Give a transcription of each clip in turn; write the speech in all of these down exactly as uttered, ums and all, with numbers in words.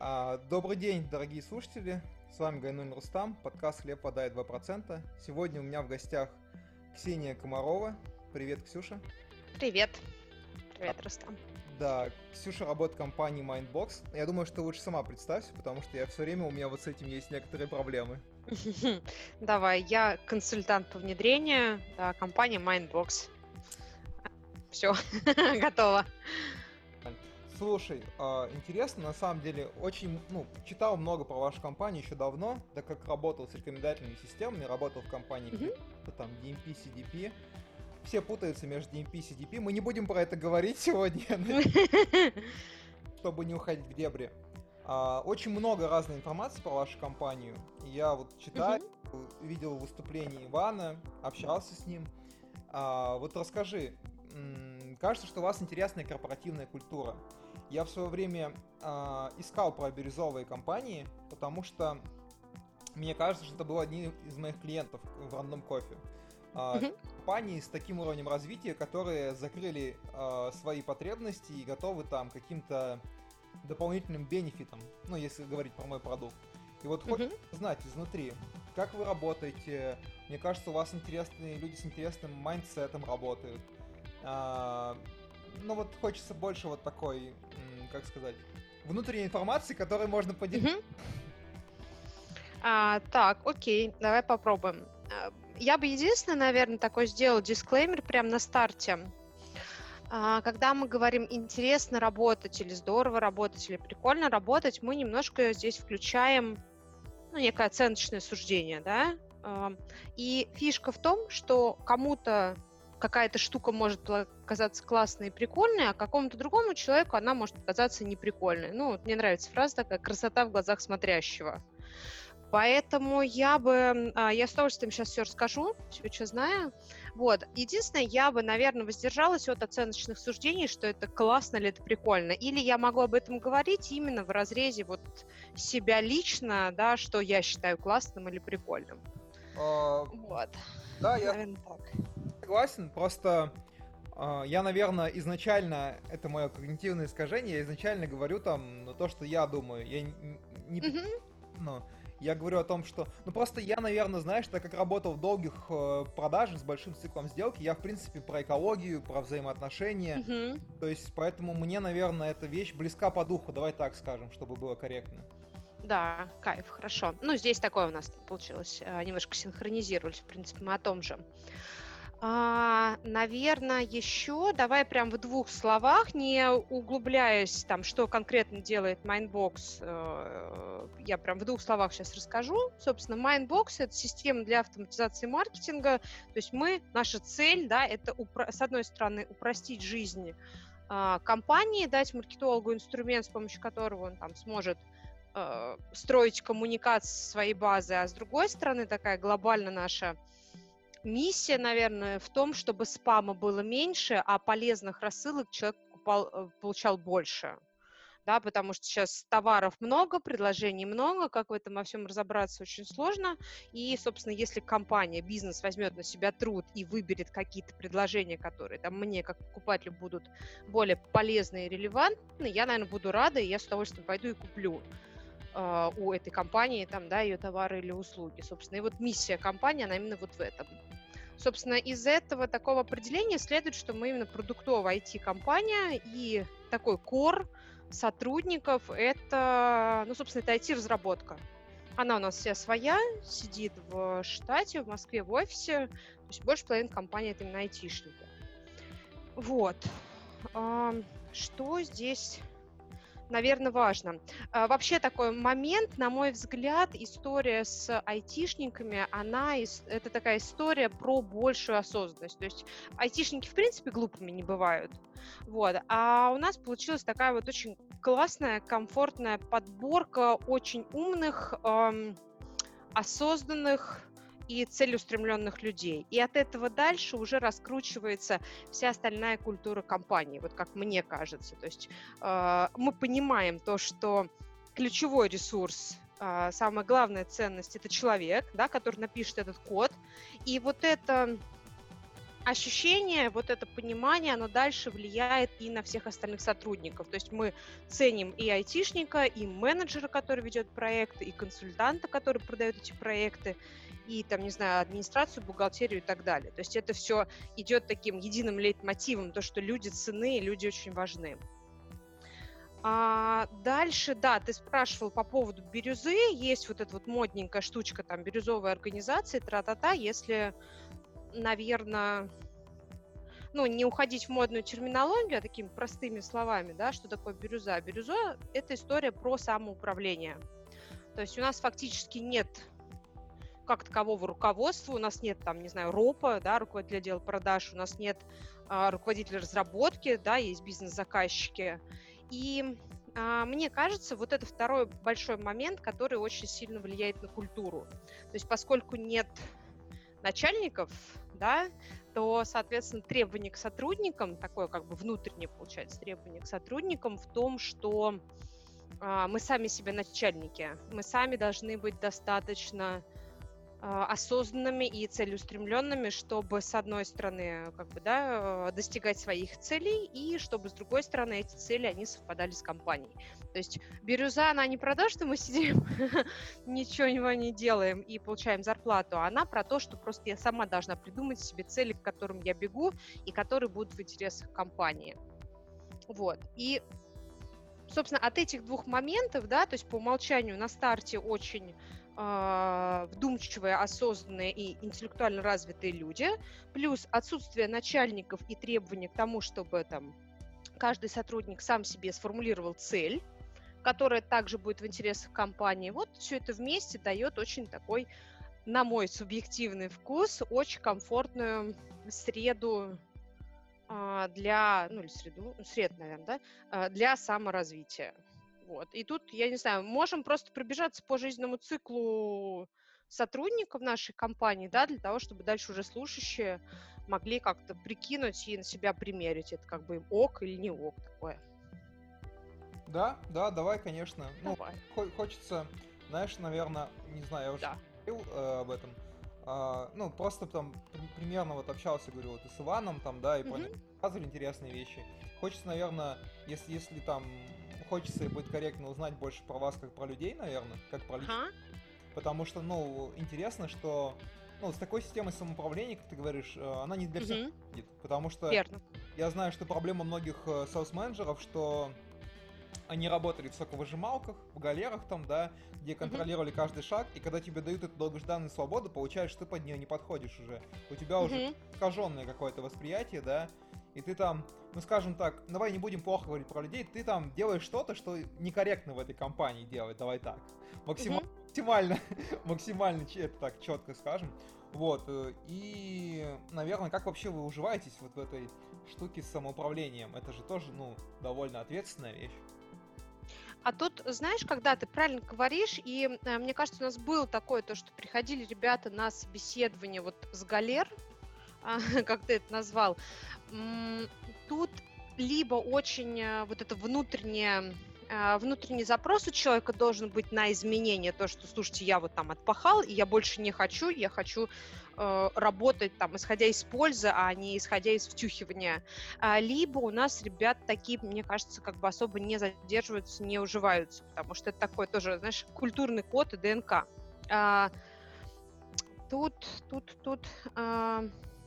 А, Добрый день, дорогие слушатели. С вами Гайнун Рустам, подкаст «Хлеб, вода и два процента». Сегодня у меня в гостях Ксения Комарова. Привет, Ксюша. Привет. Привет, Рустам. Да, Ксюша работает в компании Mindbox. Я думаю, что лучше сама представься, потому что я все время, у меня вот с этим есть некоторые проблемы. Давай, я консультант по внедрению, да, компания Mindbox. Все, готово. Слушай, а, интересно, на самом деле, очень, ну, читал много про вашу компанию еще давно, так как работал с рекомендательными системами, работал в компании, Мгм. там, ди эм пи, си ди пи. Все путаются между ди эм пи и си ди пи. Мы не будем про это говорить сегодня, чтобы не уходить в дебри. А, Очень много разной информации про вашу компанию. Я вот читаю, Мгм. видел выступление Ивана, общался с ним. А, Вот расскажи, м, кажется, что у вас интересная корпоративная культура. Я в свое время а, искал про бирюзовые компании, потому что мне кажется, что это был один из моих клиентов в Random Coffee. А, Мгм. Компании с таким уровнем развития, которые закрыли а, свои потребности и готовы там к каким-то дополнительным бенефитам, ну, если говорить про мой продукт. И вот Мгм. хочется знать изнутри, как вы работаете. Мне кажется, у вас интересные люди с интересным майндсетом работают. А, ну вот хочется больше вот такой, м, как сказать, внутренней информации, которой можно поделиться. Мгм. А, так, окей, давай попробуем. А, Я бы единственное, наверное, такой сделал дисклеймер прямо на старте. А, Когда мы говорим интересно работать или здорово работать или прикольно работать, мы немножко здесь включаем, ну, некое оценочное суждение, да. А, И фишка в том, что кому-то какая-то штука может пла- казаться классной и прикольной, а какому-то другому человеку она может показаться неприкольной. Ну, вот мне нравится фраза такая «красота в глазах смотрящего». Поэтому я бы, м, а, я с удовольствием сейчас все расскажу, все, что знаю. Вот. Единственное, я бы, наверное, воздержалась от оценочных суждений, что это классно или это прикольно. Или я могу об этом говорить именно в разрезе вот себя лично, да, что я считаю классным или прикольным. А, Вот, Да, я наверное, так. согласен, просто а, я, наверное, изначально, это мое когнитивное искажение, я изначально говорю там, ну, то, что я думаю, я н- не, Мгм, ну, я говорю о том, что, ну, просто я, наверное, знаешь, так как работал в долгих э, продажах с большим циклом сделки, я, в принципе, про экологию, про взаимоотношения, мгм. то есть, поэтому мне, наверное, эта вещь близка по духу, давай так скажем, чтобы было корректно. Да, кайф, хорошо. Ну, здесь такое у нас получилось. э, Немножко синхронизировались, в принципе, мы о том же. А, наверное, еще давай прям в двух словах, не углубляясь там, что конкретно делает Mindbox, э, я прям в двух словах сейчас расскажу. Собственно, Mindbox — это система для автоматизации маркетинга. То есть мы, наша цель, да, это упро- с одной стороны упростить жизнь а, компании, дать маркетологу инструмент, с помощью которого он там сможет э, строить коммуникации со своей базы, а с другой стороны такая глобально наша миссия, наверное, в том, чтобы спама было меньше, а полезных рассылок человек купал, э, получал больше. Да, потому что сейчас товаров много, предложений много, как в этом во всем разобраться очень сложно. И, собственно, если компания, бизнес возьмет на себя труд и выберет какие-то предложения, которые там мне, как покупателю, будут более полезны и релевантны, я, наверное, буду рада, и я с удовольствием пойду и куплю э, у этой компании там, да, ее товары или услуги. Собственно, и вот миссия компании, она именно вот в этом. Собственно, из этого такого определения следует, что мы именно продуктовая ай ти-компания, и такой кор сотрудников — это, ну, собственно, это ай ти-разработка. Она у нас вся своя, сидит в штате, в Москве, в офисе. То есть больше половины компании — это именно айтишники. Вот. Ам, Что здесь наверное, важно. А, Вообще такой момент, на мой взгляд, история с айтишниками, она ис- это такая история про большую осознанность. То есть айтишники, в принципе, глупыми не бывают. Вот. А у нас получилась такая вот очень классная, комфортная подборка очень умных, ам, осознанных и целеустремленных людей. И от этого дальше уже раскручивается вся остальная культура компании, вот как мне кажется. То есть э, мы понимаем то, что ключевой ресурс, э, самая главная ценность — это человек, да, который напишет этот код. И вот это ощущение, вот это понимание, оно дальше влияет и на всех остальных сотрудников. То есть мы ценим и айтишника, и менеджера, который ведет проекты, и консультанта, который продает эти проекты, и там, не знаю, администрацию, бухгалтерию и так далее. То есть это все идет таким единым лейтмотивом, то, что люди ценны, и люди очень важны. А дальше, да, ты спрашивал по поводу бирюзы. Есть вот эта вот модненькая штучка, там, бирюзовая организация, тра-та-та, если, наверное, ну, не уходить в модную терминологию, а такими простыми словами, да, что такое бирюза. Бирюза – это история про самоуправление. То есть у нас фактически нет как такового руководства, у нас нет, там, не знаю, ропа, да, руководителя отдела продаж, у нас нет а, руководителя разработки, да, есть бизнес-заказчики. И а, мне кажется, вот это второй большой момент, который очень сильно влияет на культуру. То есть поскольку нет начальников, да, то, соответственно, требование к сотрудникам, такое как бы внутреннее, получается, требование к сотрудникам в том, что а, мы сами себе начальники, мы сами должны быть достаточно а, осознанными и целеустремленными, чтобы, с одной стороны, как бы, да, достигать своих целей, и чтобы, с другой стороны, эти цели, они совпадали с компанией. То есть бирюза, она не про то, что мы сидим, ничего не делаем и получаем зарплату, а она про то, что просто я сама должна придумать себе цели, к которым я бегу, и которые будут в интересах компании. Вот. И, собственно, от этих двух моментов, да, то есть по умолчанию на старте очень вдумчивые, осознанные и интеллектуально развитые люди, плюс отсутствие начальников и требования к тому, чтобы там каждый сотрудник сам себе сформулировал цель, которая также будет в интересах компании. Вот все это вместе дает очень такой, на мой субъективный вкус, очень комфортную среду для, ну или среду, сред, наверное, да, для саморазвития. Вот. И тут, я не знаю, можем просто пробежаться по жизненному циклу сотрудников нашей компании, да, для того, чтобы дальше уже слушающие могли как-то прикинуть и на себя примерить. Это как бы им ок или не ок такое. Да, да, давай, конечно. Давай. Ну, хочется, знаешь, наверное, не знаю, я уже Да. говорил э, об этом. А, ну, просто там примерно вот общался, говорю, вот и с Иваном там, да, и Мгм. про него рассказывали интересные вещи. Хочется, наверное, если, если там хочется и будет корректно узнать больше про вас, как про людей, наверное, как про личность. Ага. Потому что, ну, интересно, что, ну, с такой системой самоуправления, как ты говоришь, э, она не для всех Мгм. подходит. Потому что Верно. я знаю, что проблема многих э, селс-менеджеров, что они работали в соковыжималках, в галерах там, да, где контролировали каждый шаг, и когда тебе дают эту долгожданную свободу, получаешь, что ты под нее не подходишь уже. У тебя уже Мгм. искаженное какое-то восприятие, да, и ты там, ну скажем так, давай не будем плохо говорить про людей, ты там делаешь что-то, что некорректно в этой компании делать, давай так. Максима- Мгм. Максимально, максимально, че- это так четко скажем. Вот, э, и, наверное, как вообще вы уживаетесь вот в этой штуке с самоуправлением? Это же тоже, ну, довольно ответственная вещь. А тут, знаешь, когда ты правильно говоришь, и э, мне кажется, у нас было такое, то, что приходили ребята на собеседование вот с галер, а, как ты это назвал, м, тут либо очень э, вот это внутреннее, э, внутренний запрос у человека должен быть на изменение, то, что, слушайте, я вот там отпахал, и я больше не хочу, я хочу э, работать там, исходя из пользы, а не исходя из втюхивания. А, либо у нас ребят такие, мне кажется, как бы особо не задерживаются, не уживаются, потому что это такой тоже, знаешь, культурный код и ДНК. А, тут, тут, тут... а,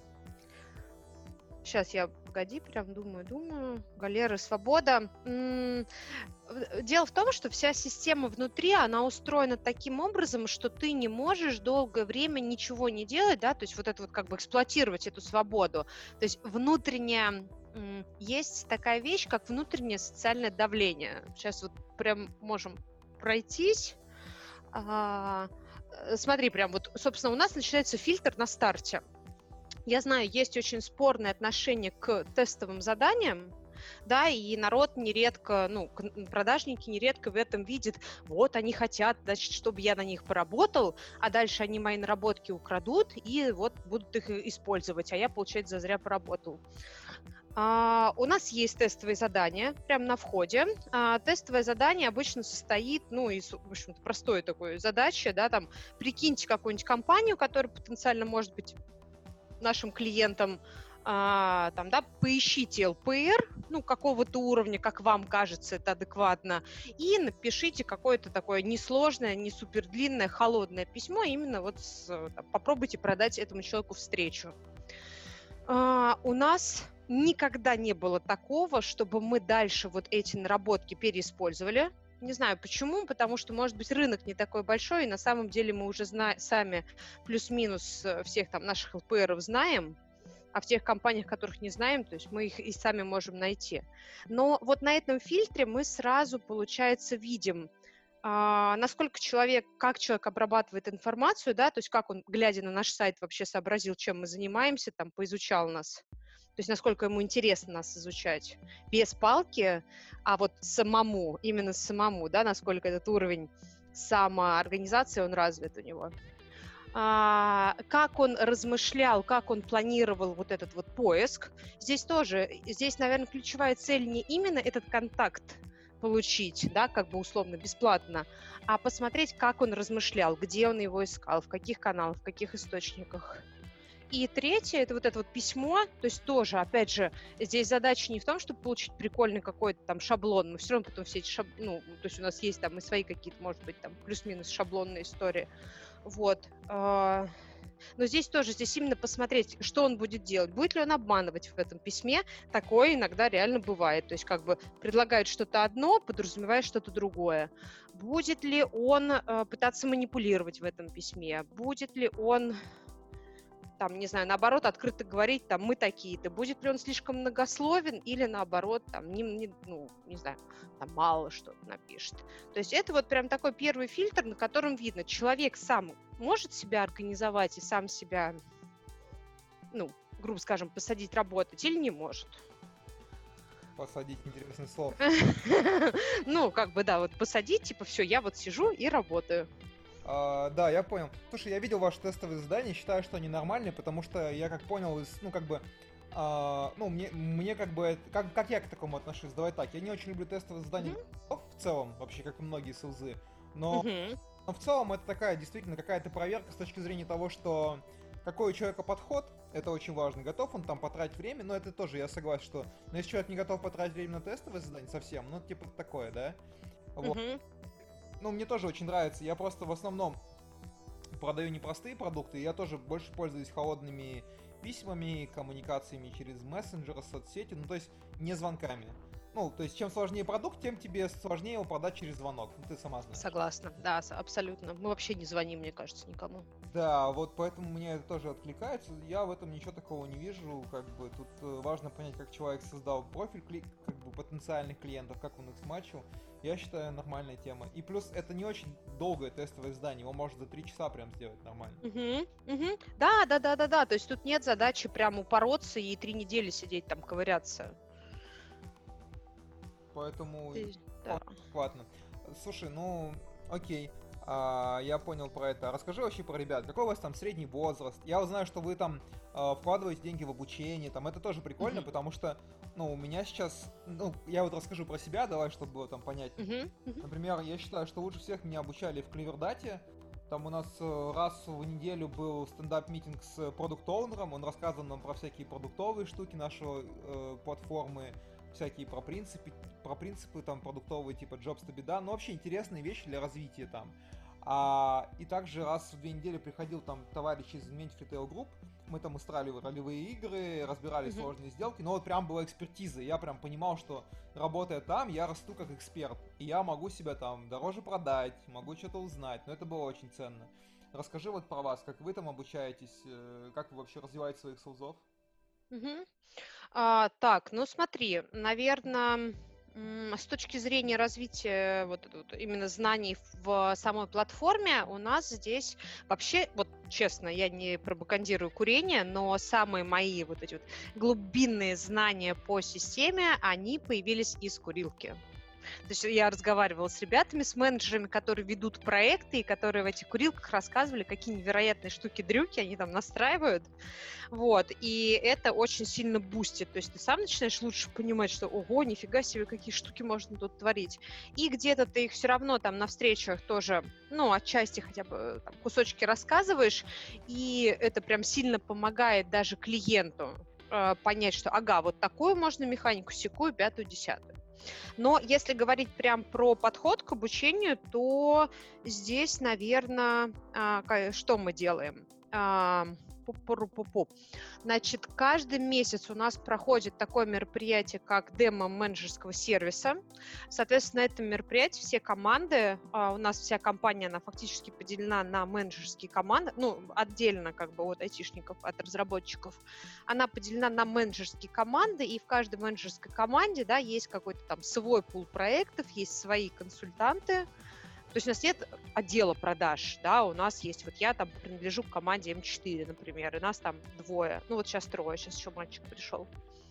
Сейчас я, погоди, прям думаю, думаю. Галера, свобода. М, в- Дело в том, что вся система внутри, она устроена таким образом, что ты не можешь долгое время ничего не делать, да, то есть вот это вот как бы эксплуатировать эту свободу. То есть внутренняя, м, есть такая вещь, как внутреннее социальное давление. Сейчас вот прям можем пройтись. А, э, Смотри, прям вот, собственно, у нас начинается фильтр на старте. Я знаю, есть очень спорное отношение к тестовым заданиям, да, и народ нередко, ну, кон- продажники нередко в этом видят, вот они хотят, значит, чтобы я на них поработал, а дальше они мои наработки украдут и вот будут их и- использовать, а я, получается, зазря поработал. А, у нас есть тестовые задания прямо на входе. А, тестовое задание обычно состоит, ну, из, в общем-то, простой такой задачи, да, там, прикиньте какую-нибудь компанию, которая потенциально может быть нашим клиентам, а, там, да, поищите эл пи эр, ну, какого-то уровня, как вам кажется, это адекватно, и напишите какое-то такое несложное, не супер длинное, холодное письмо, именно вот с, там, попробуйте продать этому человеку встречу. А, у нас никогда не было такого, чтобы мы дальше вот эти наработки переиспользовали. Не знаю почему, потому что, может быть, рынок не такой большой, и на самом деле мы уже зна- сами плюс-минус э, всех там наших эл пи эр знаем, а в тех компаниях, которых не знаем, то есть мы их и сами можем найти. Но вот на этом фильтре мы сразу, получается, видим, а, насколько человек, как человек обрабатывает информацию, да, то есть как он, глядя на наш сайт, вообще сообразил, чем мы занимаемся, там, поизучал нас. То есть насколько ему интересно нас изучать. Без палки, а вот самому, именно самому, да, насколько этот уровень самоорганизации, он развит у него. А, как он размышлял, как он планировал вот этот вот поиск. Здесь тоже, здесь, наверное, ключевая цель не именно этот контакт получить, да, как бы условно бесплатно, а посмотреть, как он размышлял, где он его искал, в каких каналах, в каких источниках. И третье, это вот это вот письмо, то есть тоже, опять же, здесь задача не в том, чтобы получить прикольный какой-то там шаблон, мы все равно потом все эти шаблоны, ну, то есть у нас есть там и свои какие-то, может быть, там плюс-минус шаблонные истории, вот. а, Но здесь тоже, здесь именно посмотреть, что он будет делать, будет ли он обманывать в этом письме, такое иногда реально бывает, то есть как бы предлагает что-то одно, подразумевая что-то другое. Будет ли он э, пытаться манипулировать в этом письме, будет ли он там, не знаю, наоборот, открыто говорить, там, мы такие-то, будет ли он слишком многословен или, наоборот, там, не, не, ну, не знаю, там, мало что-то напишет. То есть это вот прям такой первый фильтр, на котором видно, человек сам может себя организовать и сам себя, ну, грубо скажем, посадить работать или не может. Посадить интересное слово. Ну, как бы, да, вот посадить, типа, все, я вот сижу и работаю. А, да, я понял. Слушай, я видел ваши тестовые задания, считаю, что они нормальные, потому что я как понял, из, ну как бы, а, ну мне, мне как бы, как, как я к такому отношусь? Давай так, я не очень люблю тестовые задания Мгм. в целом, вообще, как и многие селзы, но, Мгм. но в целом это такая действительно какая-то проверка с точки зрения того, что какой у человека подход, это очень важно, готов он там потратить время, но это тоже я согласен, что, но если человек не готов потратить время на тестовые задания совсем, ну типа такое, да? Вот. Мгм. Ну, мне тоже очень нравится. Я просто в основном продаю непростые продукты. Я тоже больше пользуюсь холодными письмами, коммуникациями через мессенджеры, соцсети. Ну, то есть не звонками. Ну, то есть чем сложнее продукт, тем тебе сложнее его продать через звонок. Ну, ты сама знаешь. Согласна, да, с- абсолютно. Мы вообще не звоним, мне кажется, никому. Да, вот поэтому мне это тоже откликается. Я в этом ничего такого не вижу. Как бы тут э, важно понять, как человек создал профиль кли- как бы потенциальных клиентов, как он их смачил. Я считаю, нормальная тема. И плюс это не очень долгое тестовое задание, его можно за три часа прям сделать нормально. Мгм, мгм. Да, да, да, да, да. То есть тут нет задачи прям упороться и три недели сидеть там ковыряться. Поэтому Ты- да. адекватно. Слушай, ну, окей. А, я понял про это. Расскажи вообще про ребят. Какой у вас там средний возраст? Я вот знаю, что вы там а, вкладываете деньги в обучение. Там это тоже прикольно, Мгм, потому что, ну, у меня сейчас, ну, я вот расскажу про себя, давай, чтобы было там понятнее. мгм, мгм. Например, я считаю, что лучше всех меня обучали в Кливердате. Там у нас э, раз в неделю был стендап-митинг с продукт-оунером. Он рассказывал нам про всякие продуктовые штуки нашей э, платформы, всякие про принципы, про принципы там продуктовые, типа Jobs to be done. Ну, вообще интересные вещи для развития там. А, и также раз в две недели приходил там товарищ из Inventive Retail Group. Мы там устраивали ролевые игры, разбирали Мгм. сложные сделки. Но вот прям была экспертиза. Я прям понимал, что работая там, я расту как эксперт. И я могу себя там дороже продать, могу что-то узнать. Но это было очень ценно. Расскажи вот про вас, как вы там обучаетесь, э, как вы вообще развиваете своих соузов? Мгм. А, так, ну смотри, наверное, с точки зрения развития вот, это вот именно знаний в самой платформе, у нас здесь вообще, вот честно, я не пропагандирую курение, но самые мои вот эти вот глубинные знания по системе, они появились из курилки. То есть я разговаривала с ребятами, с менеджерами, которые ведут проекты, и которые в этих курилках рассказывали, какие невероятные штуки-дрюки они там настраивают. Вот, и это очень сильно бустит. То есть ты сам начинаешь лучше понимать, что ого, нифига себе, какие штуки можно тут творить. И где-то ты их все равно там на встречах тоже, ну, отчасти хотя бы там, кусочки рассказываешь, и это прям сильно помогает даже клиенту э, понять, что ага, вот такую можно механику, сякую, пятую, десятую. Но если говорить прям про подход к обучению, то здесь, наверное, что мы делаем? А, пу-пу-ру-пу-пу. Значит, каждый месяц у нас проходит такое мероприятие, как демо менеджерского сервиса. Соответственно, на этом мероприятии все команды, а, у нас вся компания, она фактически поделена на менеджерские команды, ну, отдельно как бы от айтишников, от разработчиков. Она поделена на менеджерские команды, и в каждой менеджерской команде, да, есть какой-то там свой пул проектов, есть свои консультанты. То есть у нас нет отдела продаж, да, у нас есть, вот я там принадлежу к команде эм четыре, например, и нас там двое, ну вот сейчас трое, сейчас еще мальчик пришел.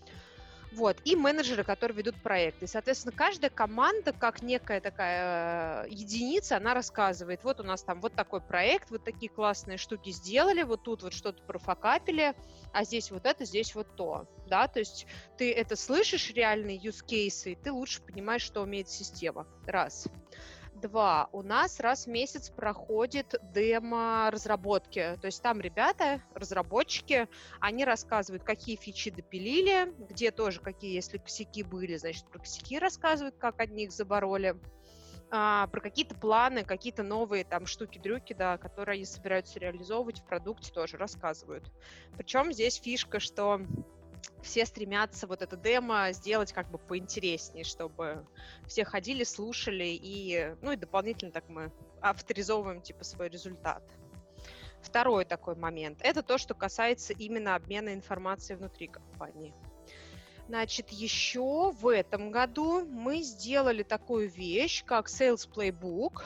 Вот, и менеджеры, которые ведут проекты. И, соответственно, каждая команда, как некая такая единица, она рассказывает, вот у нас там вот такой проект, вот такие классные штуки сделали, вот тут вот что-то профокапили, а здесь вот это, здесь вот то, да, то есть ты это слышишь, реальные use cases, и ты лучше понимаешь, что умеет система, раз. Два. У нас раз в месяц проходит демо разработки. То есть там ребята, разработчики, они рассказывают, какие фичи допилили, где тоже какие, если косяки были, значит, про косяки рассказывают, как они их забороли, а, про какие-то планы, какие-то новые там штуки-дрюки, да, которые они собираются реализовывать в продукте, тоже рассказывают. Причем здесь фишка, что все стремятся вот это демо сделать как бы поинтереснее, чтобы все ходили, слушали, и, ну, и дополнительно так мы авторизовываем типа свой результат. Второй такой момент – это то, что касается именно обмена информацией внутри компании. Значит, еще в этом году мы сделали такую вещь, как Sales Playbook.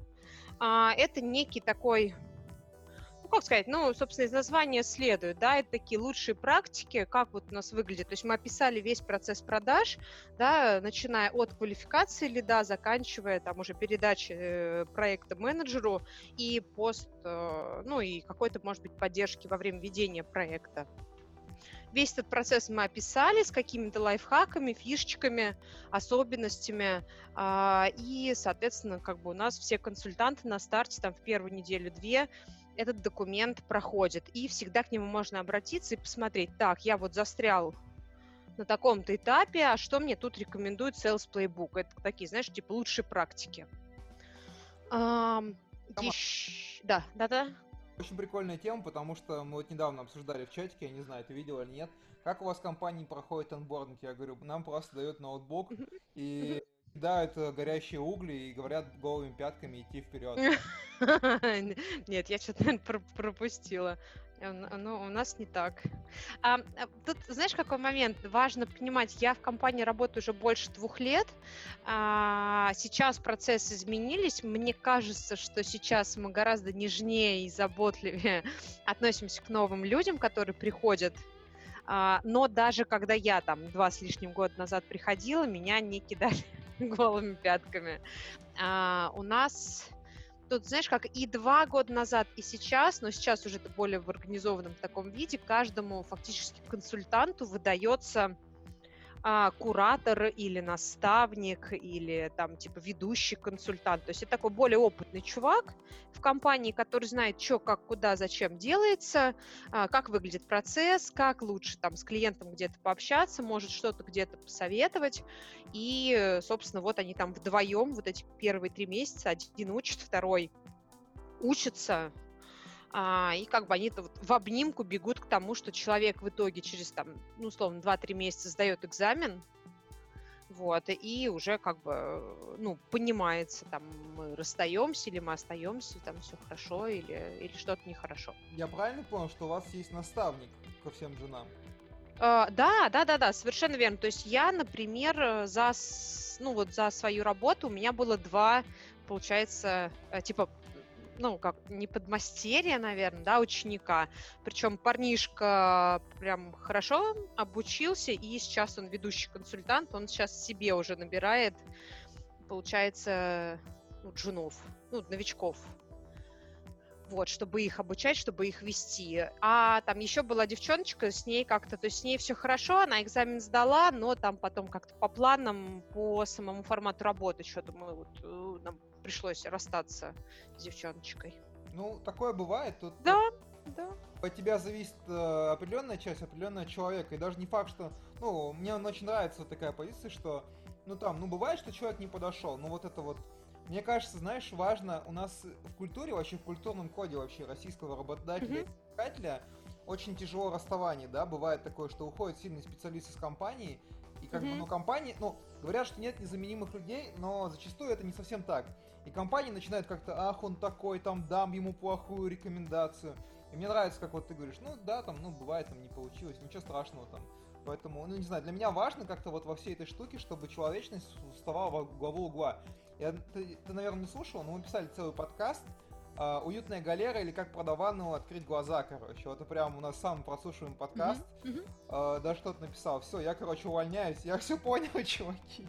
Это некий такой... Ну, как сказать, ну, собственно, из названия следует, да, это такие лучшие практики, как вот у нас выглядит. То есть мы описали весь процесс продаж, да, начиная от квалификации лида, заканчивая там уже передачей э, проекта менеджеру и пост, э, ну, и какой-то, может быть, поддержки во время ведения проекта. Весь этот процесс мы описали с какими-то лайфхаками, фишечками, особенностями. Э, и, соответственно, как бы у нас все консультанты на старте, там, в первую неделю-две, этот документ проходит, и всегда к нему можно обратиться и посмотреть, так, я вот застрял на таком-то этапе, а что мне тут рекомендует Sales Playbook? Это такие, знаешь, типа лучшие практики. Ам, ещё- Да, да-да. Очень прикольная тема, потому что мы вот недавно обсуждали в чатике, я не знаю, ты видел или нет, как у вас в компании проходит онбординг. Я говорю, нам просто дают ноутбук и кидают э, горящие угли и говорят голыми пятками идти вперед. Нет, я что-то, наверное, пропустила. Э, н- Ну, у нас не так. А, а, Тут, знаешь, какой момент? Важно понимать, я в компании работаю уже больше двух лет. А, Сейчас процессы изменились. Мне кажется, что сейчас мы гораздо нежнее и заботливее относимся к новым людям, которые приходят. А, Но даже когда я там два с лишним года назад приходила, меня не кидали голыми пятками. А, У нас тут, знаешь, как и два года назад, и сейчас, но сейчас уже это более в организованном таком виде, каждому фактически консультанту выдается а, куратор или наставник, или там типа ведущий консультант. То есть это такой более опытный чувак в компании, который знает, что, как, куда, зачем делается, а, как выглядит процесс, как лучше там с клиентом где-то пообщаться, может что-то где-то посоветовать. И, э, собственно, вот они там вдвоем вот эти первые три месяца, один учит, второй учится, а, и как бы они вот в обнимку бегут к тому, что человек в итоге через там, ну, условно, два-три месяца сдает экзамен, вот, и уже как бы, э, ну, понимается, там, мы расстаемся или мы остаемся, там, все хорошо или, или что-то нехорошо. Я правильно понял, что у вас есть наставник ко всем джунам? А, Да, да, да, да, совершенно верно. То есть я, например, э, за, с- ну, вот за свою работу у меня было два, получается, э, типа, ну, как не подмастерья, наверное, да, ученика. Причем парнишка прям хорошо обучился, и сейчас он ведущий консультант, он сейчас себе уже набирает получается, ну, джунов, ну, новичков. Вот, чтобы их обучать, чтобы их вести. А там еще была девчоночка, с ней как-то, то есть с ней все хорошо, она экзамен сдала, но там потом как-то по планам, по самому формату работы, что-то мы вот, э, нам пришлось расстаться с девчоночкой. Ну, такое бывает. Тут Да, да. от тебя зависит э, определенная часть, определенного человека. И даже не факт, что... Ну, мне очень нравится вот такая позиция, что... Ну, там, ну, бывает, что человек не подошел. Ну, вот это вот... Мне кажется, знаешь, важно, у нас в культуре, вообще в культурном коде вообще российского работодателя Мгм. и искателя очень тяжело расставание, да, бывает такое, что уходит сильный специалист из компании, и как бы, Мгм. ну, компании, ну, говорят, что нет незаменимых людей, но зачастую это не совсем так. И компании начинают как-то, ах, он такой, там, дам ему плохую рекомендацию. И мне нравится, как вот ты говоришь, ну, да, там, ну, бывает, там, не получилось, ничего страшного там. Поэтому, ну, не знаю, для меня важно как-то вот во всей этой штуке, чтобы человечность вставала во главу угла. Я, ты, ты, наверное, не слушал, но мы писали целый подкаст а, «Уютная галера» или «Как продавану открыть глаза», короче. Вот это прям у нас самый прослушиваемый подкаст. Мгм. А, даже кто-то написал, все, я, короче, увольняюсь, я все понял, чуваки.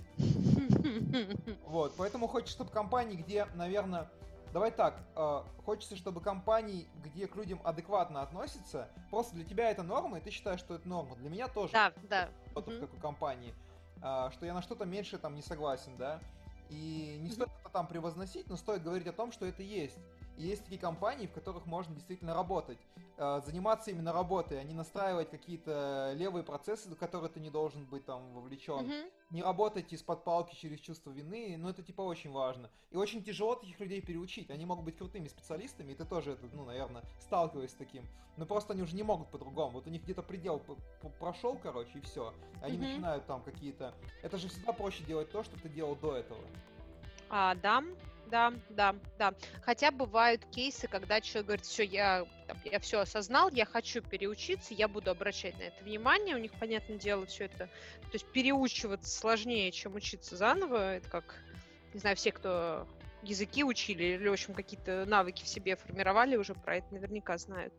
Мгм. Вот, поэтому хочется, чтобы компании, где, наверное, давай так, э, хочется, чтобы компании, где к людям адекватно относятся, просто для тебя это норма, и ты считаешь, что это норма. Для меня тоже, Да, да. что-то в Мгм. такой компании, а, что я на что-то меньше там не согласен, да. И не Мгм. стоит это там превозносить, но стоит говорить о том, что это есть. И есть такие компании, в которых можно действительно работать, э, заниматься именно работой, а не настраивать какие-то левые процессы, в которые ты не должен быть там вовлечен. Мгм. Не работать из-под палки через чувство вины, но это типа очень важно. И очень тяжело таких людей переучить. Они могут быть крутыми специалистами, и ты тоже, это, ну, наверное, сталкиваешься с таким. Но просто они уже не могут по-другому. Вот у них где-то предел п- п- прошел, короче, и все. Они Мгм. начинают там какие-то... Это же всегда проще делать то, что ты делал до этого. А, да, да, да, да. Хотя бывают кейсы, когда человек говорит, все, я, там, я все осознал, я хочу переучиться, я буду обращать на это внимание. У них, понятное дело, все это, то есть переучиваться сложнее, чем учиться заново. Это как, не знаю, все, кто языки учили или, в общем, какие-то навыки в себе формировали, уже про это наверняка знают.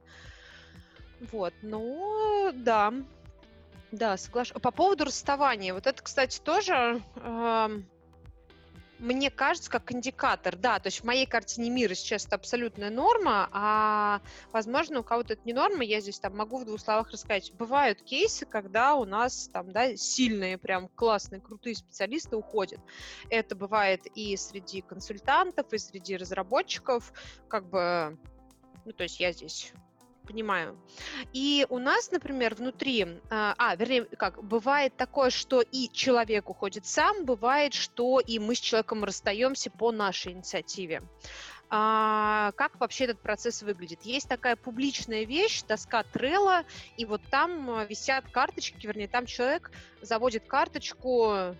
Вот, но да, да, соглашусь. По поводу расставания, вот это, кстати, тоже ам, мне кажется, как индикатор, да, то есть в моей картине мира сейчас это абсолютная норма, а возможно у кого-то это не норма, я здесь там могу в двух словах рассказать. Бывают кейсы, когда у нас там, да, сильные, прям классные, крутые специалисты уходят. Это бывает и среди консультантов, и среди разработчиков, как бы, ну, то есть я здесь понимаю. И у нас, например, внутри, а, а, вернее, как, бывает такое, что и человек уходит сам, бывает, что и мы с человеком расстаемся по нашей инициативе. А, как вообще этот процесс выглядит? Есть такая публичная вещь, доска Trello, и вот там а, висят карточки, вернее, там человек заводит карточку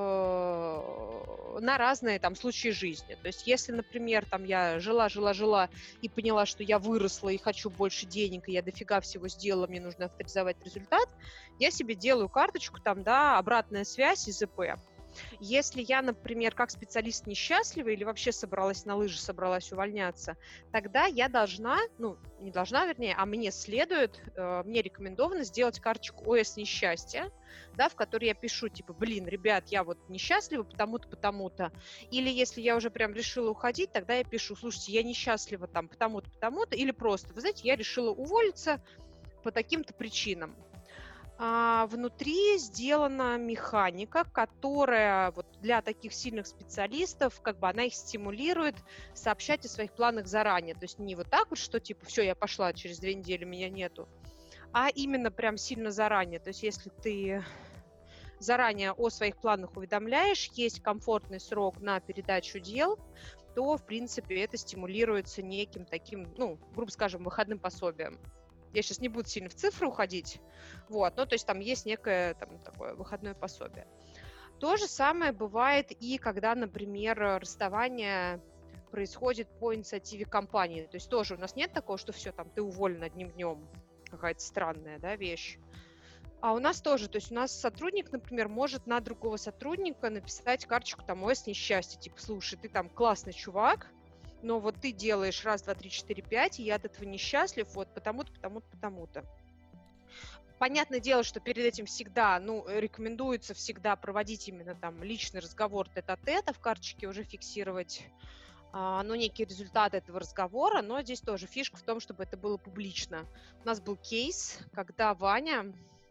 э, на разные там случаи жизни. То есть, если, например, там я жила, жила, жила и поняла, что я выросла и хочу больше денег, и я дофига всего сделала, мне нужно авторизовать результат, я себе делаю карточку, там, да, обратная связь из ИП. Если я, например, как специалист несчастлива или вообще собралась на лыжи, собралась увольняться, тогда я должна, ну, не должна, вернее, а мне следует, э, мне рекомендовано сделать карточку ОС несчастья, да, в которой я пишу, типа, блин, ребят, я вот несчастлива потому-то, потому-то. Или если я уже прям решила уходить, тогда я пишу, слушайте, я несчастлива там потому-то, потому-то, или просто, вы знаете, я решила уволиться по таким-то причинам. А, внутри сделана механика, которая вот для таких сильных специалистов, как бы она их стимулирует сообщать о своих планах заранее. То есть не вот так вот, что типа все, я пошла, через две недели меня нету, а именно прям сильно заранее. То есть если ты заранее о своих планах уведомляешь, есть комфортный срок на передачу дел, то, в принципе, это стимулируется неким таким, ну, грубо скажем, выходным пособием. Я сейчас не буду сильно в цифры уходить, вот, ну, то есть там есть некое там такое выходное пособие. То же самое бывает и когда, например, расставание происходит по инициативе компании. То есть тоже у нас нет такого, что все, там, ты уволен одним днем, какая-то странная, да, вещь. А у нас тоже, то есть у нас сотрудник, например, может на другого сотрудника написать карточку там ОС несчастья, типа, слушай, ты там классный чувак, но вот ты делаешь раз, два, три, четыре, пять, и я от этого несчастлив, вот потому-то, потому-то, потому-то. понятное дело, что перед этим всегда, ну, рекомендуется всегда проводить именно там личный разговор тет-а-тет, а в карточке уже фиксировать, а, ну, некие результаты этого разговора, но здесь тоже фишка в том, чтобы это было публично. У нас был кейс, когда Ваня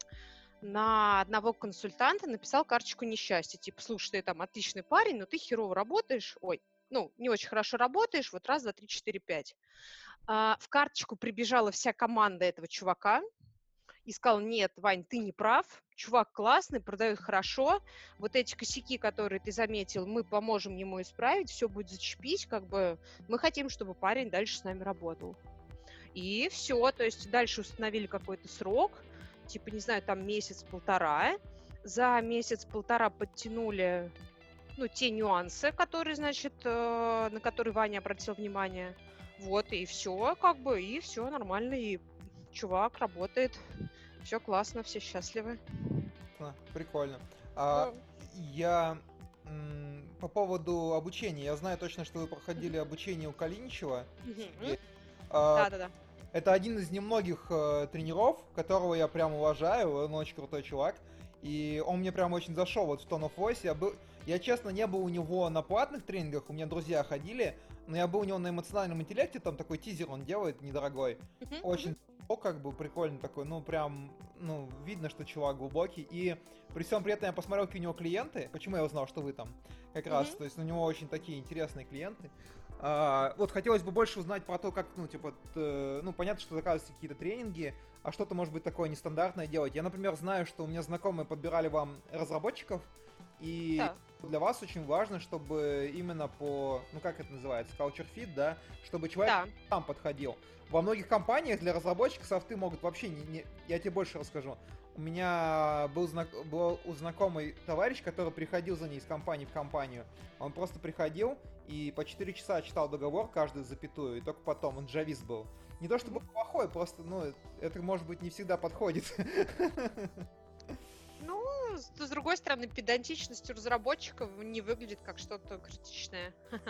на одного консультанта написал карточку несчастья. Типа, слушай, ты там отличный парень, но ты херово работаешь. Ой, ну, не очень хорошо работаешь. Вот раз, два, три, четыре, пять. А, в карточку прибежала вся команда этого чувака и сказала: нет, Вань, ты не прав. Чувак классный, продает хорошо. Вот эти косяки, которые ты заметил, мы поможем ему исправить. Все будет зачепить. Как бы мы хотим, чтобы парень дальше с нами работал. И все. То есть дальше установили какой-то срок. Типа, не знаю, там месяц-полтора. За месяц-полтора подтянули, ну, те нюансы, которые, значит, э, на которые Ваня обратил внимание. Вот, и все, как бы, и все нормально, и чувак работает, все классно, все счастливы. А, прикольно. А, Ну, я м, по поводу обучения, я знаю точно, что вы проходили обучение у Калиничева. мгм. А, Да-да-да. это один из немногих э, тренеров, которого я прям уважаю, он очень крутой чувак. И он мне прям очень зашел вот в Tone of Voice. Я, был, я, честно, не был у него на платных тренингах, у меня друзья ходили, но я был у него на эмоциональном интеллекте, там такой тизер он делает недорогой. Мгм, Очень мгм, о, как бы прикольно такой, ну прям, ну видно, что чувак глубокий. И при всем при этом я посмотрел, какие у него клиенты, почему я узнал, что вы там как раз, мгм. то есть у него очень такие интересные клиенты. А, вот хотелось бы больше узнать про то, как, ну, типа, т- ну, понятно, что заказываете какие-то тренинги, а что-то, может быть, такое нестандартное делать. Я, например, знаю, что у меня знакомые подбирали вам разработчиков, и Да. для вас очень важно, чтобы именно по, ну, как это называется, culture fit, да, чтобы человек Да. там подходил. Во многих компаниях для разработчиков софты могут вообще не, не- я тебе больше расскажу. У меня был, знак, был у знакомый товарищ, который приходил за ней из компании в компанию. Он просто приходил и по четыре часа читал договор, каждую запятую, и только потом, он джавист был. Не то чтобы Мгм. плохой, просто, ну, это, может быть, не всегда подходит. Ну, с, с другой стороны, педантичность у разработчиков не выглядит как что-то критичное.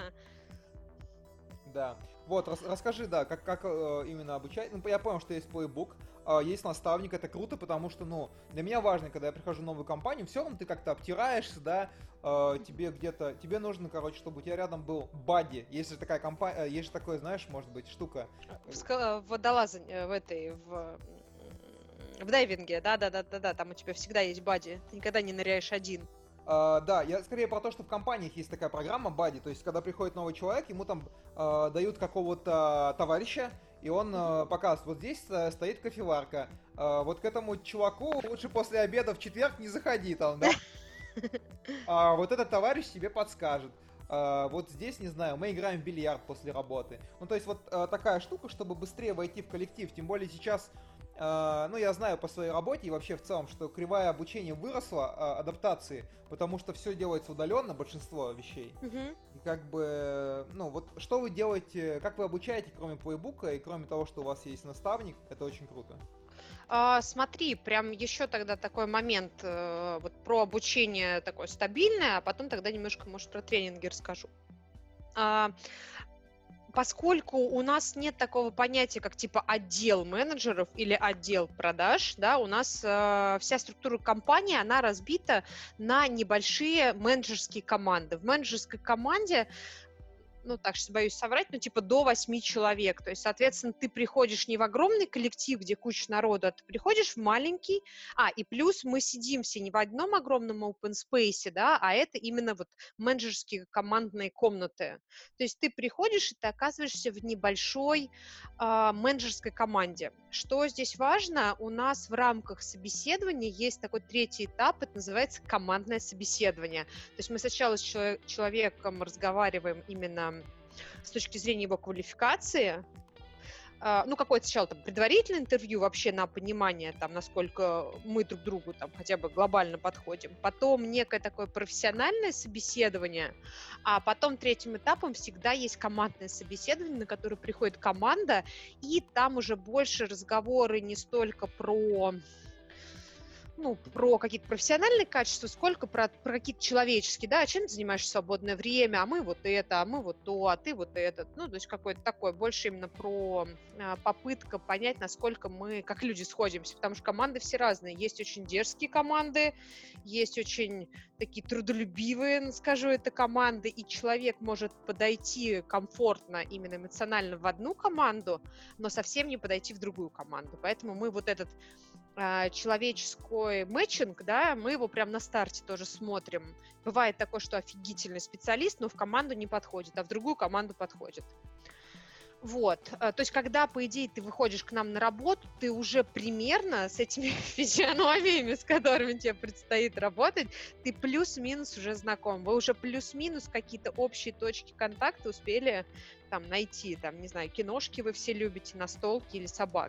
Да. Вот, рас- расскажи, да, как, как э, именно обучать. Ну, я понял, что есть плейбук, э, есть наставник, это круто, потому что, ну, для меня важно, когда я прихожу в новую компанию, все равно ты как-то обтираешься, да, э, тебе где-то, тебе нужно, короче, чтобы у тебя рядом был бадди. Есть же такая компания, есть же такое, знаешь, может быть, штука. В, ска- в водолазании, в этой, в, м, в дайвинге, да-да-да-да-да, там у тебя всегда есть бади, ты никогда не ныряешь один. А, да, я скорее про то, что в компаниях есть такая программа Buddy, то есть когда приходит новый человек, ему там а, дают какого-то товарища, и он Мгм. а, показывает, вот здесь а, стоит кофеварка, а, вот к этому чуваку лучше после обеда в четверг не заходи там, да, а вот этот товарищ тебе подскажет. А, вот здесь, не знаю, мы играем в бильярд после работы. Ну, то есть вот а, такая штука, чтобы быстрее войти в коллектив. Тем более сейчас, а, ну, я знаю по своей работе и вообще в целом, что кривая обучения выросла, а, адаптации, потому что все делается удаленно, большинство вещей. Мгм. И как бы, ну, вот что вы делаете, как вы обучаете, кроме плейбука и кроме того, что у вас есть наставник, это очень круто. А, смотри, прям еще тогда такой момент э, вот про обучение такое стабильное, а потом тогда немножко, может, про тренинги расскажу. А, Поскольку у нас нет такого понятия, как типа отдел менеджеров или отдел продаж, да, у нас э, вся структура компании, она разбита на небольшие менеджерские команды. В менеджерской команде, ну, так что боюсь соврать, ну, типа до восьми человек. То есть, соответственно, ты приходишь не в огромный коллектив, где куча народу, а ты приходишь в маленький. А, и плюс мы сидим все не в одном огромном open space, да, а это именно вот менеджерские командные комнаты. То есть ты приходишь, и ты оказываешься в небольшой а, менеджерской команде. Что здесь важно? У нас в рамках собеседования есть такой третий этап, это называется командное собеседование. То есть мы сначала с чело- человеком разговариваем именно с точки зрения его квалификации, а, ну, какое-то сначала там предварительное интервью вообще на понимание, там, насколько мы друг другу там хотя бы глобально подходим. Потом некое такое профессиональное собеседование, а потом третьим этапом всегда есть командное собеседование, на которое приходит команда, и там уже больше разговоры не столько про ну, про какие-то профессиональные качества, сколько про, про какие-то человеческие, да, чем ты занимаешься в свободное время, а мы вот это, а мы вот то, а ты вот это. Ну, то есть какое-то такое, больше именно про а, попытка понять, насколько мы, как люди, сходимся, потому что команды все разные. Есть очень дерзкие команды, есть очень такие трудолюбивые, ну, скажу это, команды, и человек может подойти комфортно, именно эмоционально в одну команду, но совсем не подойти в другую команду. Поэтому мы вот этот а, человеческий мэтчинг, да, мы его прям на старте тоже смотрим. Бывает такое, что офигительный специалист, но в команду не подходит, а в другую команду подходит. Вот, а, то есть, когда, по идее, ты выходишь к нам на работу, ты уже примерно с этими физиономиями, с которыми тебе предстоит работать, ты плюс-минус уже знаком. Вы уже плюс-минус какие-то общие точки контакта успели там найти. Там, не знаю, киношки вы все любите, настолки или собак.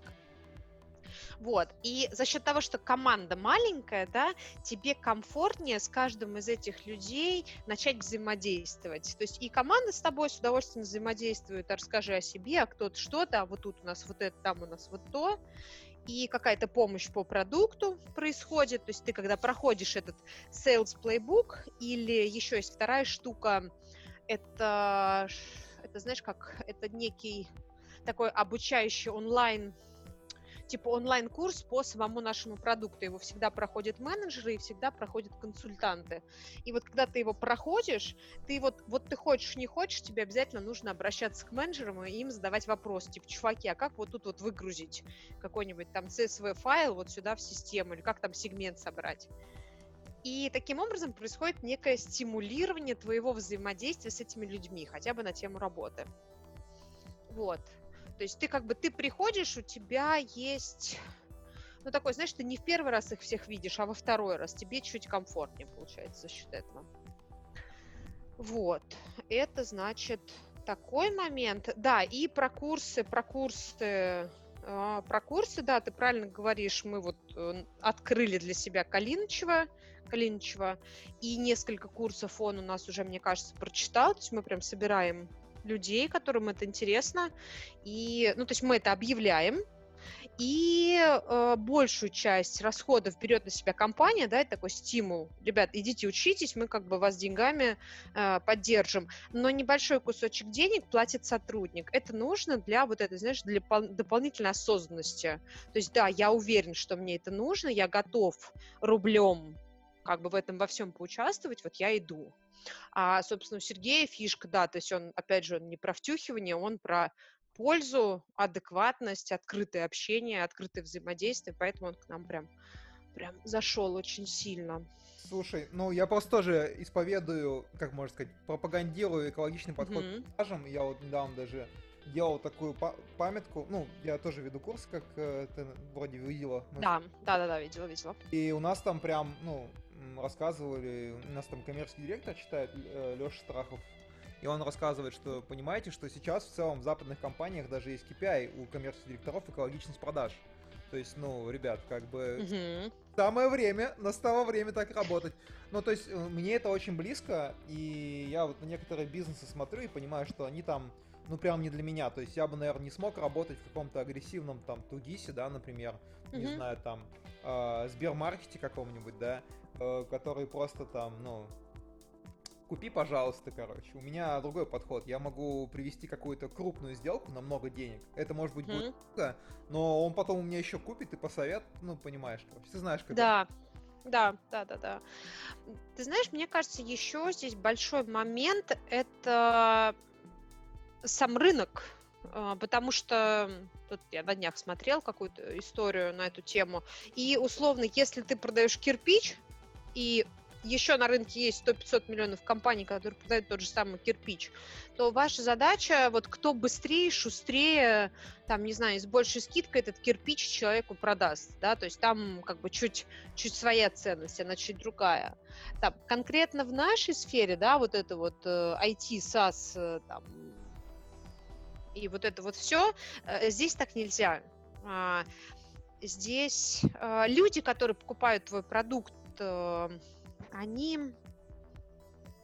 Вот, и за счет того, что команда маленькая, да, тебе комфортнее с каждым из этих людей начать взаимодействовать. То есть и команда с тобой с удовольствием взаимодействует, а расскажи о себе, а кто-то что-то, а вот тут у нас вот это, там у нас вот то. И какая-то помощь по продукту происходит. То есть ты, когда проходишь этот sales playbook, или еще есть вторая штука, это, это знаешь, как, это некий такой обучающий онлайн, типа онлайн-курс по самому нашему продукту. Его всегда проходят менеджеры и всегда проходят консультанты. И вот когда ты его проходишь, ты вот, вот ты хочешь, не хочешь, тебе обязательно нужно обращаться к менеджерам и им задавать вопрос, типа, чуваки, а как вот тут вот выгрузить какой-нибудь там си эс ви-файл вот сюда в систему, или как там сегмент собрать? И таким образом происходит некое стимулирование твоего взаимодействия с этими людьми, хотя бы на тему работы. Вот. То есть ты как бы, ты приходишь, у тебя есть, ну такой, знаешь, ты не в первый раз их всех видишь, а во второй раз. Тебе чуть комфортнее получается за счет этого. Вот. Это значит такой момент. Да, и про курсы, про курсы, э, про курсы, да, ты правильно говоришь, мы вот э, открыли для себя Калинычева, Калинычева, и несколько курсов он у нас уже, мне кажется, прочитал. То есть мы прям собираем людей, которым это интересно, и, ну, то есть мы это объявляем, и э, большую часть расходов берет на себя компания, да, это такой стимул. Ребят, идите учитесь, мы как бы вас деньгами э, поддержим. Но небольшой кусочек денег платит сотрудник. Это нужно для вот этой, знаешь, для пол- дополнительной осознанности. То есть, да, я уверен, что мне это нужно, я готов рублем как бы в этом во всем поучаствовать, вот я иду. А, собственно, у Сергея фишка, да, то есть он, опять же, он не про втюхивание, он про пользу, адекватность, открытое общение, открытое взаимодействие, поэтому он к нам прям, прям зашел очень сильно. Слушай, ну я просто тоже исповедую, как можно сказать, пропагандирую экологичный подход Мгм. к продажам. Я вот недавно даже делал такую па- памятку, ну, я тоже веду курс, как э, ты вроде видела. Мы Да, да, да, да, видела, видела. И у нас там прям, ну, м, рассказывали, у нас там коммерческий директор читает, Леша Страхов, и он рассказывает, что, понимаете, что сейчас в целом в западных компаниях даже есть кей пи ай у коммерческих директоров экологичность продаж. То есть, ну, ребят, как бы Мгм. самое время, настало время так работать. Ну, то есть, э, мне это очень близко, и я вот на некоторые бизнесы смотрю и понимаю, что они там, ну, прям не для меня. То есть, я бы, наверное, не смог работать в каком-то агрессивном, там, Тугисе, да, например, не Мгм. знаю, там, э, Сбермаркете каком-нибудь, да, э, который просто там, ну, купи, пожалуйста, короче. У меня другой подход. Я могу привести какую-то крупную сделку на много денег. Это, может быть, будет Мгм. много, но он потом у меня еще купит и посоветует, ну, понимаешь, короче. Ты знаешь, как это. Да, да, да, да, да. Ты знаешь, мне кажется, еще здесь большой момент — это сам рынок, а, потому что тут я на днях смотрел какую-то историю на эту тему, и условно, если ты продаешь кирпич, и еще на рынке есть сто-пятьсот миллионов компаний, которые продают тот же самый кирпич, то ваша задача, вот кто быстрее, шустрее, там, не знаю, с большей скидкой этот кирпич человеку продаст, да, то есть там как бы чуть, чуть своя ценность, она чуть другая. Там, конкретно в нашей сфере, да, вот это вот э, ай ти, SaaS, э, там, и вот это вот все, здесь так нельзя. А, Здесь э, люди, которые покупают твой продукт, э, они, ну,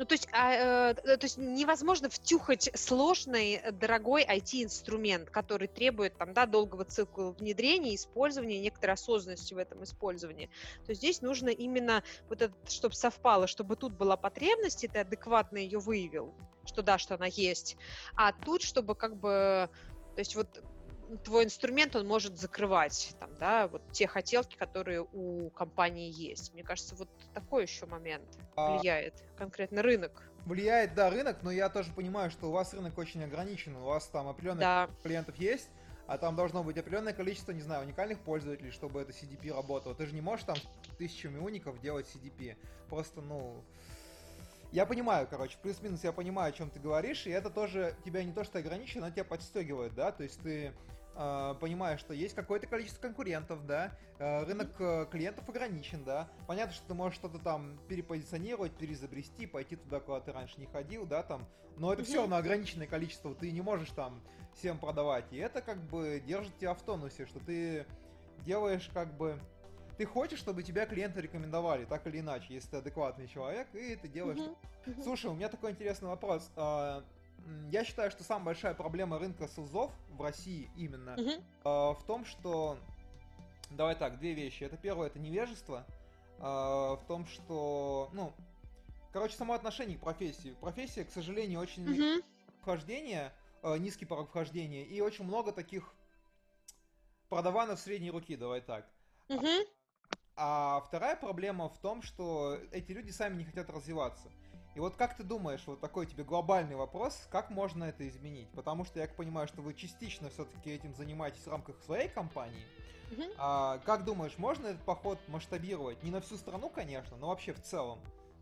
Ну, то есть, а, э, т то есть невозможно втюхать сложный, э, дорогой ай ти-инструмент, который требует там, да, долгого цикла внедрения, использования, некоторой осознанности в этом использовании. То есть здесь нужно именно вот это, чтоб совпало, чтобы тут была потребность, и ты адекватно ее выявил, что да, что она есть. А тут, чтобы как бы, то есть вот, м, твой инструмент, он может закрывать там, да, вот те хотелки, которые у компании есть. Мне кажется, вот такой еще момент А влияет, конкретно рынок. Влияет, да, рынок, но я тоже понимаю, что у вас рынок очень ограничен, у вас там определенное Да. количество клиентов есть, а там должно быть определенное количество, не знаю, уникальных пользователей, чтобы это си ди пи работало. Ты же не можешь там с тысячами уников делать си ди пи. Просто, ну... Я понимаю, короче, плюс-минус я понимаю, о чем ты говоришь, и это тоже тебя не то что ограничивает, оно тебя подстегивает, да, то есть ты э, понимаешь, что есть какое-то количество конкурентов, да, э, рынок э, клиентов ограничен, да, понятно, что ты можешь что-то там перепозиционировать, переизобрести, пойти туда, куда ты раньше не ходил, да, там, но это все Мгм. равно ограниченное количество, ты не можешь там всем продавать, и это как бы держит тебя в тонусе, что ты делаешь как бы... Ты хочешь, чтобы тебя клиенты рекомендовали, так или иначе, если ты адекватный человек, и ты делаешь... Мгм. Мгм. Слушай, у меня такой интересный вопрос. А, м, Я считаю, что самая большая проблема рынка селзов в России именно Мгм. а, в том, что... Давай так, две вещи. Это первое, это невежество. а, В том, что... Ну, короче, само отношение к профессии. Профессия, к сожалению, очень низкий Мгм. вхождения, э, низкий порог вхождения, и очень много таких продаванов средней руки, давай так. Мгм. А вторая проблема в том, что эти люди сами не хотят развиваться. И вот как ты думаешь, вот такой тебе глобальный вопрос, как можно это изменить? Потому что я понимаю, что вы частично все-таки этим занимаетесь в рамках своей компании. Мгм. А как думаешь, можно этот поход масштабировать? Не на всю страну, конечно, но вообще в целом.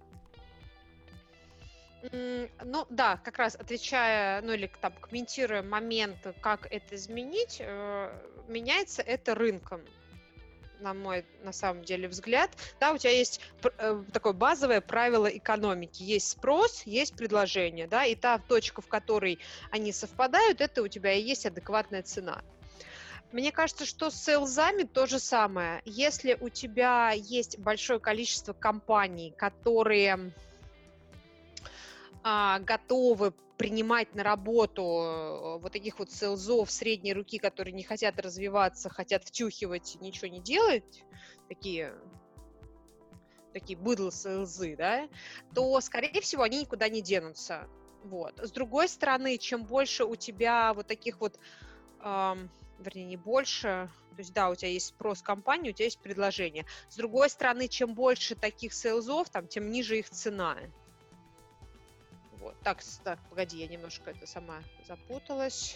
М, ну да, как раз отвечая, ну или к там комментируя момент, как это изменить, э, меняется это рынком, на мой, на самом деле, взгляд. Да, у тебя есть пр э, такое базовое правило экономики. Есть спрос, есть предложение, да, и та точка, в которой они совпадают, это у тебя и есть адекватная цена. Мне кажется, что с сейлзами то же самое. Если у тебя есть большое количество компаний, которые а, готовы принимать на работу э, вот таких вот сейлзов средней руки, которые не хотят развиваться, хотят втюхивать, ничего не делать, такие, такие быдло-сейлзы, да, то, скорее всего, они никуда не денутся. Вот. С другой стороны, чем больше у тебя вот таких вот, ам, вернее, не больше, то есть, да, у тебя есть спрос компании, у тебя есть предложение. С другой стороны, чем больше таких сейлзов, там, тем ниже их цена. Вот. Так, с- так, погоди, я немножко это сама запуталась.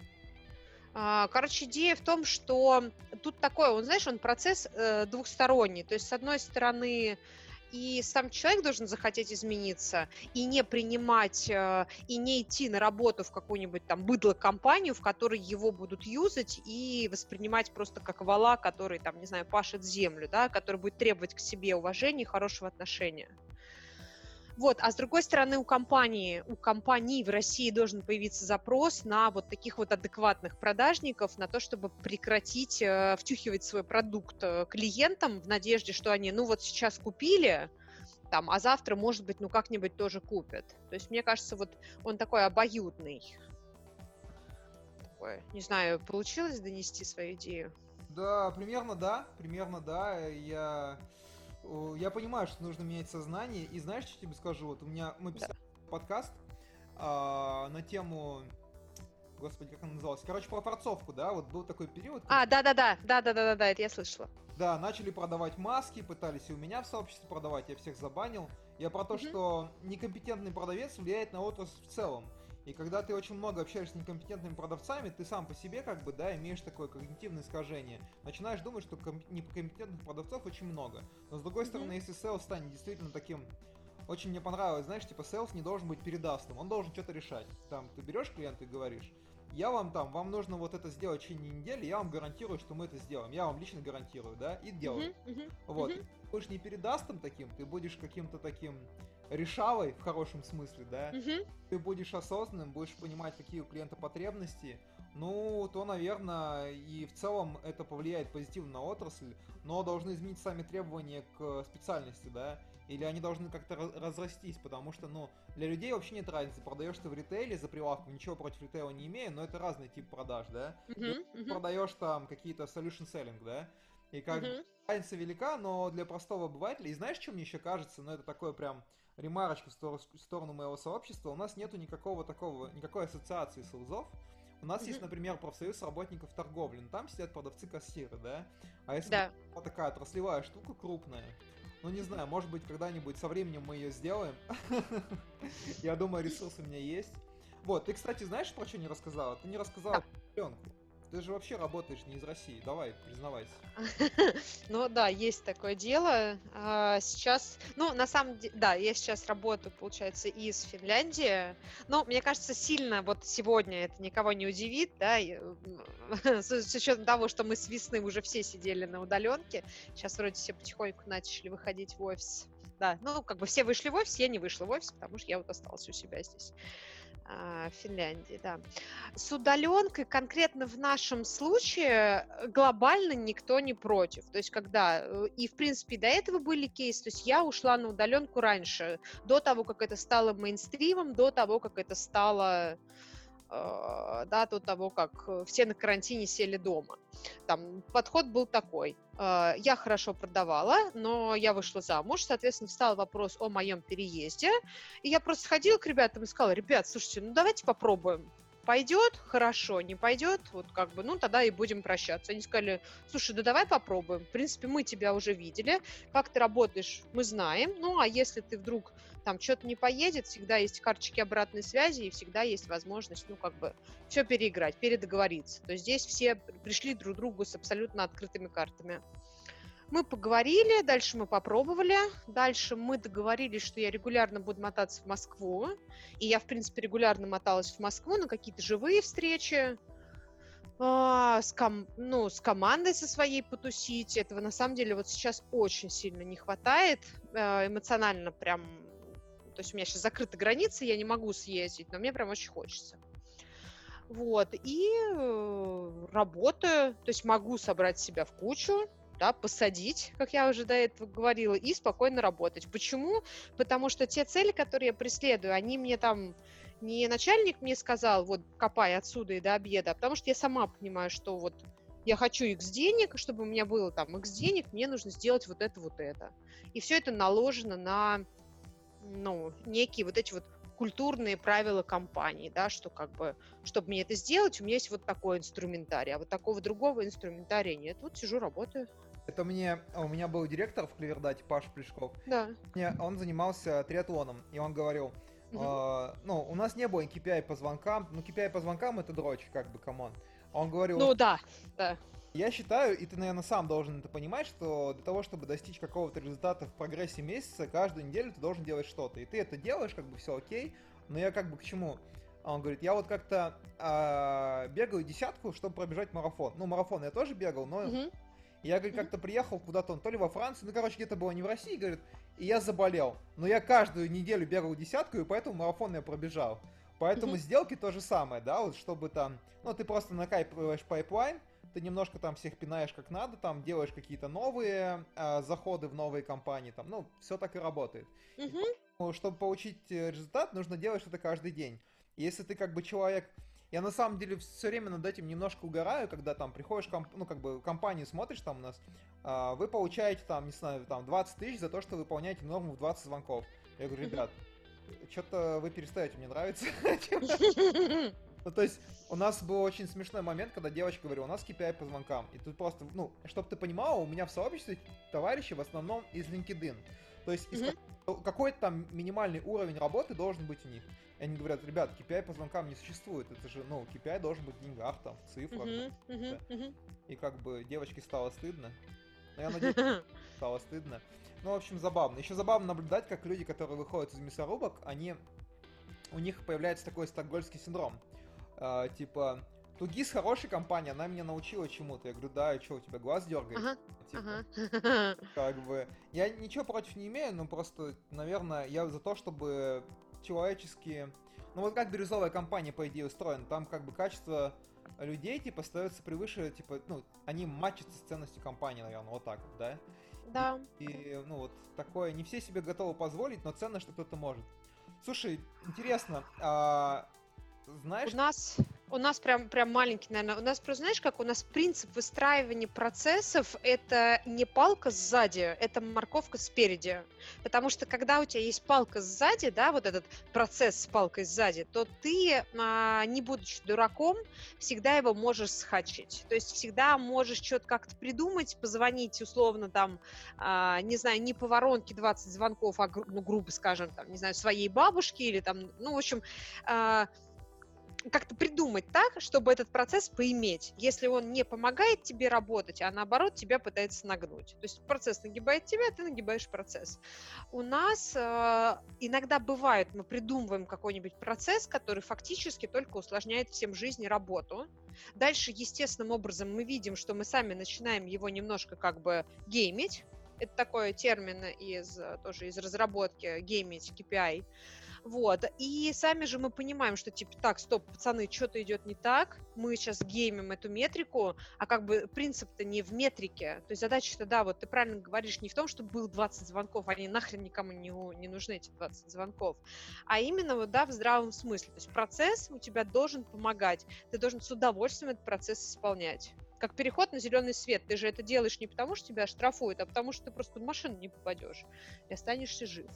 А, Короче, идея в том, что тут такой, он, знаешь, он процесс э, двухсторонний. То есть, с одной стороны, и сам человек должен захотеть измениться, и не принимать, э, и не идти на работу в какую-нибудь там быдло-компанию, в которой его будут юзать и воспринимать просто как вала, который там, не знаю, пашет землю, да, который будет требовать к себе уважения и хорошего отношения. Вот, а с другой стороны, у компании, у компаний в России должен появиться запрос на вот таких вот адекватных продажников, на то, чтобы прекратить э, втюхивать свой продукт э, клиентам в надежде, что они, ну вот сейчас купили, там, а завтра, может быть, ну как-нибудь тоже купят. То есть, мне кажется, вот он такой обоюдный. Такой. Не знаю, получилось донести свою идею? Да, примерно да, примерно да. Я, о, я понимаю, что нужно менять сознание. И знаешь, что тебе скажу? Вот у меня мы Да. писали подкаст а, на тему, господи, как он назывался? Короче, про форцовку, да. Вот был такой период, когда, А, да-да-да, да-да-да-да, это я слышала. да, начали продавать маски, пытались и у меня в сообществе продавать, я всех забанил. Я про то, Мгм. что некомпетентный продавец влияет на отрасль в целом. И когда ты очень много общаешься с некомпетентными продавцами, ты сам по себе, как бы, да, имеешь такое когнитивное искажение. Начинаешь думать, что ком- некомпетентных продавцов очень много. Но с другой стороны, Мгм. если сейлс станет действительно таким... Очень мне понравилось, знаешь, типа, сейлс не должен быть передастым, он должен что-то решать. Там, ты берешь клиента и говоришь, я вам там, вам нужно вот это сделать в течение недели, я вам гарантирую, что мы это сделаем. Я вам лично гарантирую, да, и делают. Мгм. Мгм. Вот. Мгм. И ты будешь не передастым таким, ты будешь каким-то таким решалой в хорошем смысле, да, Мгм. ты будешь осознанным, будешь понимать, какие у клиента потребности, ну, то, наверное, и в целом это повлияет позитивно на отрасль, но должны изменить сами требования к специальности, да, Или они должны как-то ra- разрастись, потому что, ну, для людей вообще нет разницы, продаешь ты в ритейле за прилавком, ничего против ритейла не имею, но это разный тип продаж, да? Или Мгм, мгм, продаешь там какие-то solution selling, да? И как бы мгм. разница велика, но для простого обывателя, и знаешь, что мне еще кажется, ну, это такое прям ремарочка в стор- в сторону моего сообщества, у нас нету никакого такого, никакой ассоциации селзов. У нас есть, Мгм. например, профсоюз работников торговли, ну, там сидят продавцы-кассиры, да? А если бы Да. вот такая отраслевая штука крупная, ну, не знаю, может быть, когда-нибудь со временем мы ее сделаем. Я думаю, ресурсы у меня есть. Вот, ты, кстати, знаешь, про что не рассказала? Ты не рассказала Да. про пленку. Ты же вообще работаешь не из России. Давай, признавайся. Ну да, есть такое дело. А, Сейчас, ну, на самом деле, да, я сейчас работаю, получается, из Финляндии. Но мне кажется, сильно вот сегодня это никого не удивит, да, и, м, с с учетом того, что мы с весны уже все сидели на удаленке. Сейчас вроде все потихоньку начали выходить в офис. Да, ну, как бы все вышли в офис, я не вышла в офис, потому что я вот осталась у себя здесь, а, в Финляндии, да. С удаленкой конкретно в нашем случае э, глобально никто не против. То есть когда, э, и в принципе до этого были кейсы, то есть я ушла на удаленку раньше, до того, как это стало мейнстримом, до того, как это стало, э, да, до того, как э, все на карантине сели дома. Там подход был такой. э, Я хорошо продавала, но я вышла замуж, соответственно, встал вопрос о моем переезде. И я просто ходила к ребятам и сказала: ребят, слушайте, ну давайте попробуем. Пойдет, хорошо, не пойдет, вот как бы, ну тогда и будем прощаться. Они сказали: слушай, да давай попробуем. В принципе, мы тебя уже видели, как ты работаешь, мы знаем. Ну, а если ты вдруг там что-то не поедет, всегда есть карточки обратной связи и всегда есть возможность, ну, как бы, все переиграть, передоговориться. То есть здесь все пришли друг к другу с абсолютно открытыми картами. Мы поговорили, дальше мы попробовали, дальше мы договорились, что я регулярно буду мотаться в Москву, и я, в принципе, регулярно моталась в Москву на какие-то живые встречи, а, с, ком- ну, с командой со своей потусить. Этого на самом деле вот сейчас очень сильно не хватает, э, эмоционально прям. То есть у меня сейчас закрыты границы, я не могу съездить, но мне прям очень хочется. Вот, и э, работаю, то есть могу собрать себя в кучу, да, посадить, как я уже до этого говорила, и спокойно работать. Почему? Потому что те цели, которые я преследую, они мне там не начальник мне сказал, вот копай отсюда и до обеда, а потому что я сама понимаю, что вот я хочу X денег, чтобы у меня было там X денег, мне нужно сделать вот это, вот это. И все это наложено на, ну, некие вот эти вот культурные правила компании, да, что как бы, чтобы мне это сделать, у меня есть вот такой инструментарий, а вот такого другого инструментария нет. Вот сижу, работаю. Это мне... а У меня был директор в Клевердате, Паша Плешков. Да. Мне- Он занимался триатлоном, и он говорил, Мгм. э, ну, у нас не было кей пи ай по звонкам, ну, кей пи ай по звонкам это дрочь, как бы, камон. А он говорил: Ну да, да. я считаю, и ты, наверное, сам должен это понимать, что для того, чтобы достичь какого-то результата в прогрессе месяца, каждую неделю ты должен делать что-то. И ты это делаешь, как бы все окей, но я как бы к чему? А он говорит: я вот как-то а, бегаю десятку, чтобы пробежать марафон. Ну, марафон я тоже бегал, но Мгм. я, говорит, Мгм. как-то приехал куда-то, он то ли во Францию, ну, короче, где-то было не в России, говорит, и я заболел. Но я каждую неделю бегал десятку, и поэтому марафон я пробежал. Поэтому Мгм. сделки то же самое, да, вот чтобы там, ну, ты просто накапливаешь пайплайн, ты немножко там всех пинаешь как надо, там делаешь какие-то новые э, заходы в новые компании, там, ну, все так и работает. И Мгм. поэтому, чтобы получить э, результат, нужно делать что-то каждый день. Если ты как бы человек... Я на самом деле все время над этим немножко угораю, когда там приходишь, комп... ну, как бы компанию смотришь, там у нас, а, вы получаете там, не знаю, там двадцать тысяч за то, что выполняете норму в двадцать звонков. Я говорю: Мгм. ребят, что-то вы перестаете мне нравится. Ну, то есть, у нас был очень смешной момент, когда девочка говорила: у нас кей пи ай по звонкам. И тут просто, ну, чтобы ты понимала, у меня в сообществе товарищи в основном из LinkedIn. То есть, из Мгм. как- какой-то там минимальный уровень работы должен быть у них. И они говорят: ребят, кей пи ай по звонкам не существует. Это же, ну, кей пи ай должен быть в деньгах, там, в цифрах. Мгм. Мгм. Да. Мгм. И как бы девочке стало стыдно. Но я надеюсь, стало стыдно. Ну, в общем, забавно. Еще забавно наблюдать, как люди, которые выходят из мясорубок, они... У них появляется такой стокгольмский синдром. А, типа, Тугис хорошая компания, она меня научила чему-то. Я говорю: да, и что, у тебя глаз дергается? Ага. Типа, Ага. как бы... Я ничего против не имею, но просто, наверное, я за то, чтобы человеческие... Ну вот как бирюзовая компания, по идее, устроена. Там как бы качество людей, типа, становится превыше, типа, ну, они матчатся с ценностью компании, наверное, вот так вот, да? да. И, ну, вот такое не все себе готовы позволить, но ценно, что кто-то может. Слушай, интересно, а, У знаешь, нас, у нас прям, прям маленький, наверное, у нас просто, знаешь, как у нас принцип выстраивания процессов — это не палка сзади, это морковка спереди. Потому что когда у тебя есть палка сзади, да, вот этот процесс с палкой сзади, то ты, а, не будучи дураком, всегда его можешь схачить. То есть всегда можешь что-то как-то придумать, позвонить условно там, а, не знаю, не по воронке двадцать звонков, а, гру- ну, грубо скажем, там, не знаю, своей бабушке или там, ну, в общем, а, как-то придумать так, чтобы этот процесс поиметь, если он не помогает тебе работать, а наоборот тебя пытается нагнуть. То есть процесс нагибает тебя, ты нагибаешь процесс. У нас э, иногда бывает, мы придумываем какой-нибудь процесс, который фактически только усложняет всем жизнь и работу. Дальше, естественным образом, мы видим, что мы сами начинаем его немножко как бы геймить. Это такой термин из, э, тоже из разработки, геймить кей пи ай. Вот. И сами же мы понимаем, что типа, так, стоп, пацаны, что-то идет не так, мы сейчас геймим эту метрику, а как бы принцип-то не в метрике. То есть задача-то, да, вот ты правильно говоришь, не в том, чтобы было двадцать звонков, они нахрен никому не, у- не нужны, эти двадцать звонков, а именно вот, да, в здравом смысле. То есть процесс у тебя должен помогать, ты должен с удовольствием этот процесс исполнять. Как переход на зеленый свет. Ты же это делаешь не потому, что тебя штрафуют, а потому, что ты просто в машину не попадешь и останешься жив.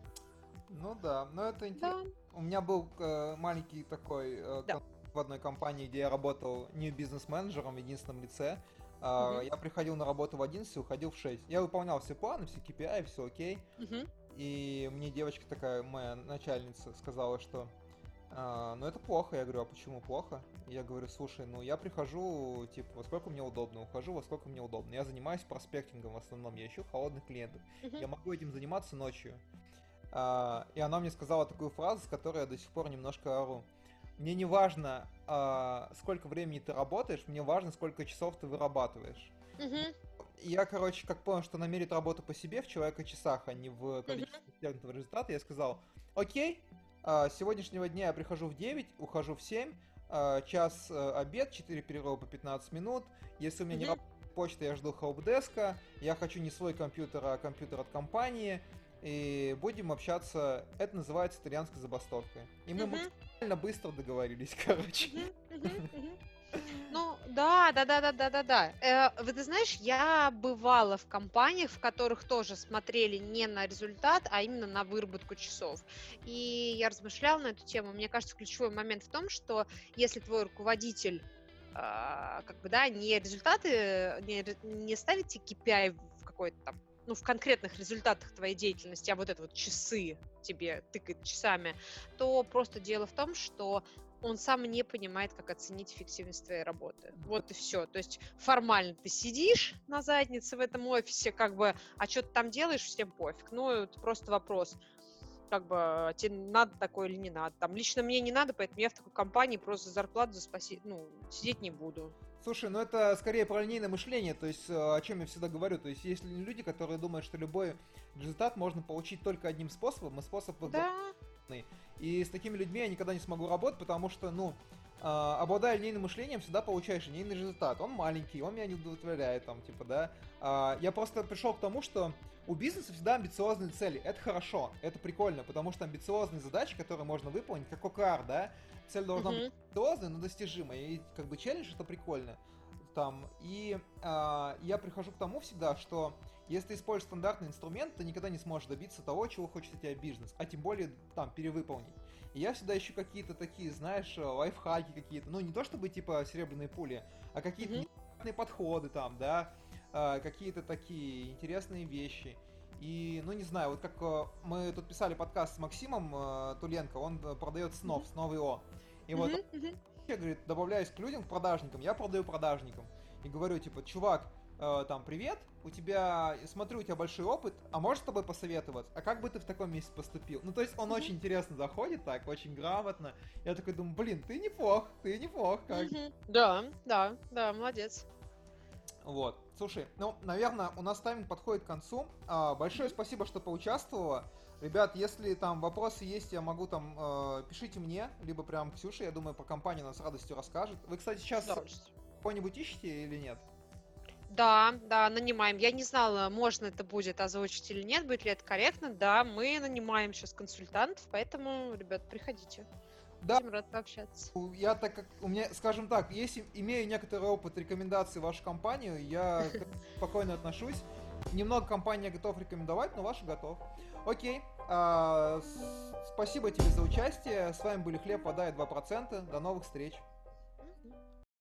ну да, но это интересно. Да. У меня был э, маленький такой э, Да. конфликт в одной компании, где я работал не бизнес-менеджером в единственном лице. А, Мгм. я приходил на работу в одиннадцать, уходил в шесть. Я выполнял все планы, все кей пи ай, все окей. Мгм. И мне девочка такая, моя начальница, сказала, что а, ну это плохо. Я говорю, а почему плохо? И я говорю, слушай, ну я прихожу, типа, во сколько мне удобно, ухожу, во сколько мне удобно. Я занимаюсь проспектингом в основном, я ищу холодных клиентов. Мгм. Я могу этим заниматься ночью. А, и она мне сказала такую фразу, с которой я до сих пор немножко ору. Мне не важно, а, сколько времени ты работаешь, мне важно, сколько часов ты вырабатываешь. Мгм. И я, короче, как понял, что она меряет работу по себе в человека-часах, а не в Мгм. количестве достигнутого результата, я сказал, окей, а, с сегодняшнего дня я прихожу в девять, ухожу в семь, а, час э, обед, четыре перерыва по пятнадцать минут. Если у меня не Мгм. работает почта, я жду хелпдеска, я хочу не свой компьютер, а компьютер от компании, и будем общаться. Это называется итальянской забастовкой. И мы Мгм. максимально быстро договорились, короче. Мгм. Мгм. Мгм. Ну, да, да, да, да, да, да, да. Э, вот ты знаешь, я бывала в компаниях, в которых тоже смотрели не на результат, а именно на выработку часов. И я размышляла на эту тему. Мне кажется, ключевой момент в том, что если твой руководитель, а, как бы, да, не результаты, не, ре- не ставит тебе кей пи ай в какой-то там, ну, в конкретных результатах твоей деятельности, а вот это вот часы тебе тыкает часами, то просто дело в том, что он сам не понимает, как оценить эффективность твоей работы. Вот и все. То есть формально ты сидишь на заднице в этом офисе, как бы, а что ты там делаешь, всем пофиг. Ну, это просто вопрос, как бы, тебе надо такое или не надо. Там лично мне не надо, поэтому я в такой компании просто за зарплату за спаси... ну, сидеть не буду. Слушай, ну это скорее про линейное мышление, то есть э, о чем я всегда говорю. То есть есть люди, которые думают, что любой результат можно получить только одним способом, и способ Да. возможный. И с такими людьми я никогда не смогу работать, потому что, ну, э, обладая линейным мышлением, всегда получаешь линейный результат. Он маленький, он меня не удовлетворяет, там, типа, да. А, я просто пришел к тому, что у бизнеса всегда амбициозные цели. Это хорошо, это прикольно, потому что амбициозные задачи, которые можно выполнить, как о ка ар, да, цель должна быть Мгм. амбициозная, но достижимая. И как бы челлендж это прикольно. Там. И а, я прихожу к тому всегда, что если ты используешь стандартный инструмент, ты никогда не сможешь добиться того, чего хочет от тебя бизнес, а тем более там перевыполнить. И я всегда ищу какие-то такие, знаешь, э, лайфхаки какие-то, ну не то чтобы типа серебряные пули, а какие-то Мгм. нестандартные подходы там, да, а, какие-то такие интересные вещи. И, ну не знаю, вот как э, мы тут писали подкаст с Максимом э, Туленко, он э, продает снов, Мгм. снов ИО. И вот Мгм. Мгм. я, говорит, добавляюсь к людям, к продажникам, я продаю продажникам. И говорю, типа, чувак, э, там, привет, у тебя, смотрю, у тебя большой опыт, а можешь с тобой посоветоваться? А как бы ты в таком месте поступил? Ну, то есть он Мгм. очень интересно заходит так, очень грамотно. Я такой думаю, блин, ты неплох, ты неплох, как. Мгм. Да, да, да, молодец. Вот. Слушай, ну, наверное, у нас тайминг подходит к концу. А, большое Мгм. спасибо, что поучаствовала. Ребят, если там вопросы есть, я могу там, э, пишите мне, либо прям Ксюше, я думаю, по компании она с радостью расскажет. Вы, кстати, С сейчас удовольствием. кого-нибудь ищете или нет? Да, да, нанимаем. Я не знала, можно это будет озвучить или нет, будет ли это корректно. Да, мы нанимаем сейчас консультантов, поэтому, ребят, приходите. Да, Будем рад пообщаться. я так как у меня, скажем так, если имею некоторый опыт рекомендаций в вашу компанию, я к этому спокойно отношусь. Немного компаний я готов рекомендовать, но вашу готов. Окей. А, с- спасибо тебе за участие. С вами были Хлеб, вода и два процента. До новых встреч.